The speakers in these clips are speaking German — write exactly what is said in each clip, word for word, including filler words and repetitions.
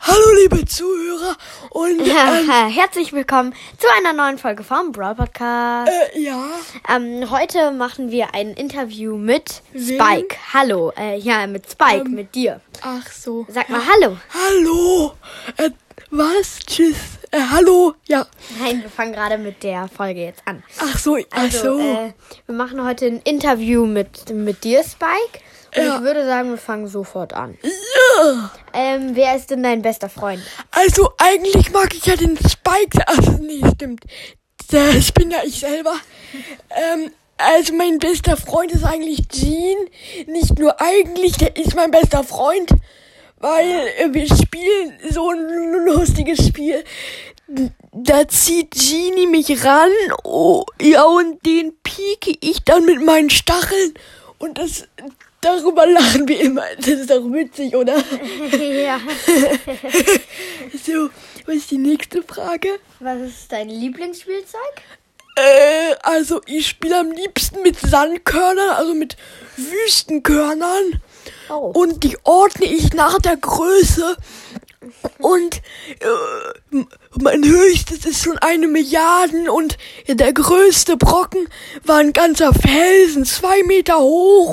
Hallo liebe Zuhörer und ähm, herzlich willkommen zu einer neuen Folge vom Brawl Podcast. Äh, ja. Ähm, heute machen wir ein Interview mit Wen? Spike. Hallo, äh, ja, mit Spike, Ähm, mit dir. Ach so. Sag mal Hallo. Hallo. Äh, was? Tschüss. Äh, hallo. Ja. Nein, wir fangen gerade mit der Folge jetzt an. Ach so. Ach Also, so. äh, wir machen heute ein Interview mit, mit dir, Spike. Und Ja. ich würde sagen, wir fangen sofort an. Ja. Ähm, wer ist denn dein bester Freund? Also eigentlich mag ich ja den Spike. Also nee, stimmt. Das bin ja ich selber. Ähm, also mein bester Freund ist eigentlich Jean. Nicht nur eigentlich, der ist mein bester Freund. Weil äh, wir spielen so ein lustiges Spiel. Da zieht Genie mich ran. Oh, ja, und den pieke ich dann mit meinen Stacheln. Und das, darüber lachen wir immer. Das ist doch witzig, oder? Ja. So, was ist die nächste Frage? Was ist dein Lieblingsspielzeug? Äh, also ich spiele am liebsten mit Sandkörnern, also mit Wüstenkörnern. Oh. Und die ordne ich nach der Größe. Und äh, mein höchstes ist schon eine Milliarde und der größte Brocken war ein ganzer Felsen, zwei Meter hoch.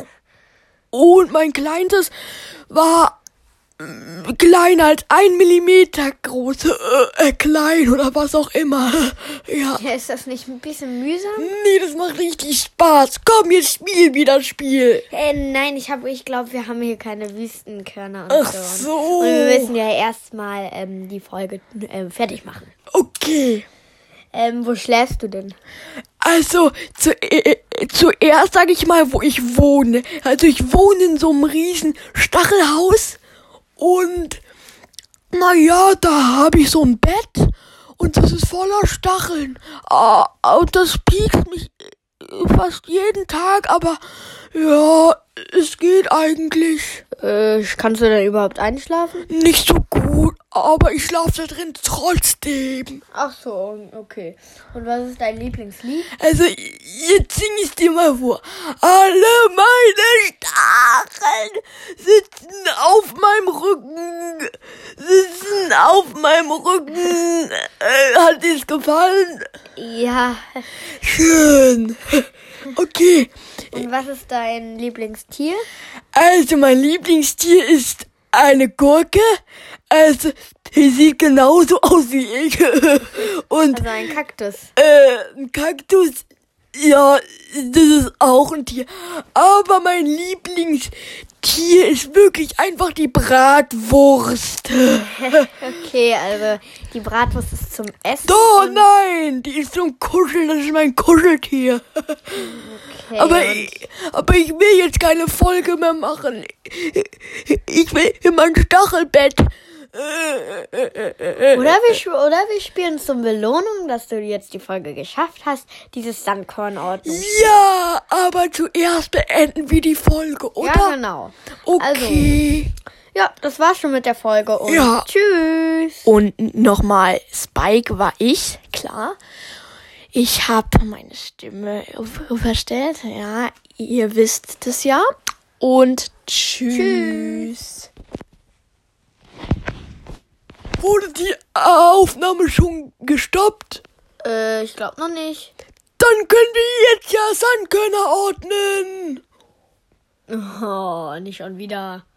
Und mein kleinstes war äh, kleiner als ein Millimeter groß, äh, äh, klein oder was auch immer. Ja. Ja, ist das nicht ein bisschen mühsam? Nee, das macht richtig Spaß. Komm, jetzt spiel wieder Spiel. Äh, nein, ich habe, ich glaube, wir haben hier keine Wüstenkörner und Ach so. so. Und wir müssen ja erstmal ähm, die Folge äh, fertig machen. Okay. Ähm, wo schläfst du denn? Also, zu, äh, zuerst sage ich mal, wo ich wohne. Also, ich wohne in so einem riesen Stachelhaus. Und, naja, da habe ich so ein Bett. Und das ist voller Stacheln. Ah, und das piekst mich fast jeden Tag. Aber, ja, es geht eigentlich. Äh, kannst du denn überhaupt einschlafen? Nicht so gut. Aber ich schlafe da drin trotzdem. Ach so, okay. Und was ist dein Lieblingslied? Also, jetzt sing ich dir mal vor. Alle meine Stacheln sitzen auf meinem Rücken. Sitzen auf meinem Rücken. Äh, hat dir's gefallen? Ja. Schön. Okay. Und was ist dein Lieblingstier? Also, mein Lieblingstier ist eine Gurke. Also, die sieht genauso aus wie ich. Und Also ein Kaktus. Äh, ein Kaktus, ja, das ist auch ein Tier. Aber mein Lieblingstier ist wirklich einfach die Bratwurst. Okay, also die Bratwurst ist zum Essen. Oh nein, die ist zum Kuscheln, das ist mein Kuscheltier. Okay, Aber und- ich, aber ich will jetzt keine Folge mehr machen. Ich will in mein Stachelbett. Oder wir, sp- oder wir spielen zur Belohnung, dass du jetzt die Folge geschafft hast, dieses Sandkornordnung. Ja, aber zuerst beenden wir die Folge, oder? Ja, genau. Okay. Ja, das war's schon mit der Folge und Ja. tschüss. Und nochmal, Spike war ich, klar. Ich habe meine Stimme verstellt, ja, ihr wisst das ja. Und tschüss. Tschüss. Wurde die Aufnahme schon gestoppt? Äh, ich glaube noch nicht. Dann können wir jetzt ja Sandkörner ordnen. Oh, nicht schon wieder.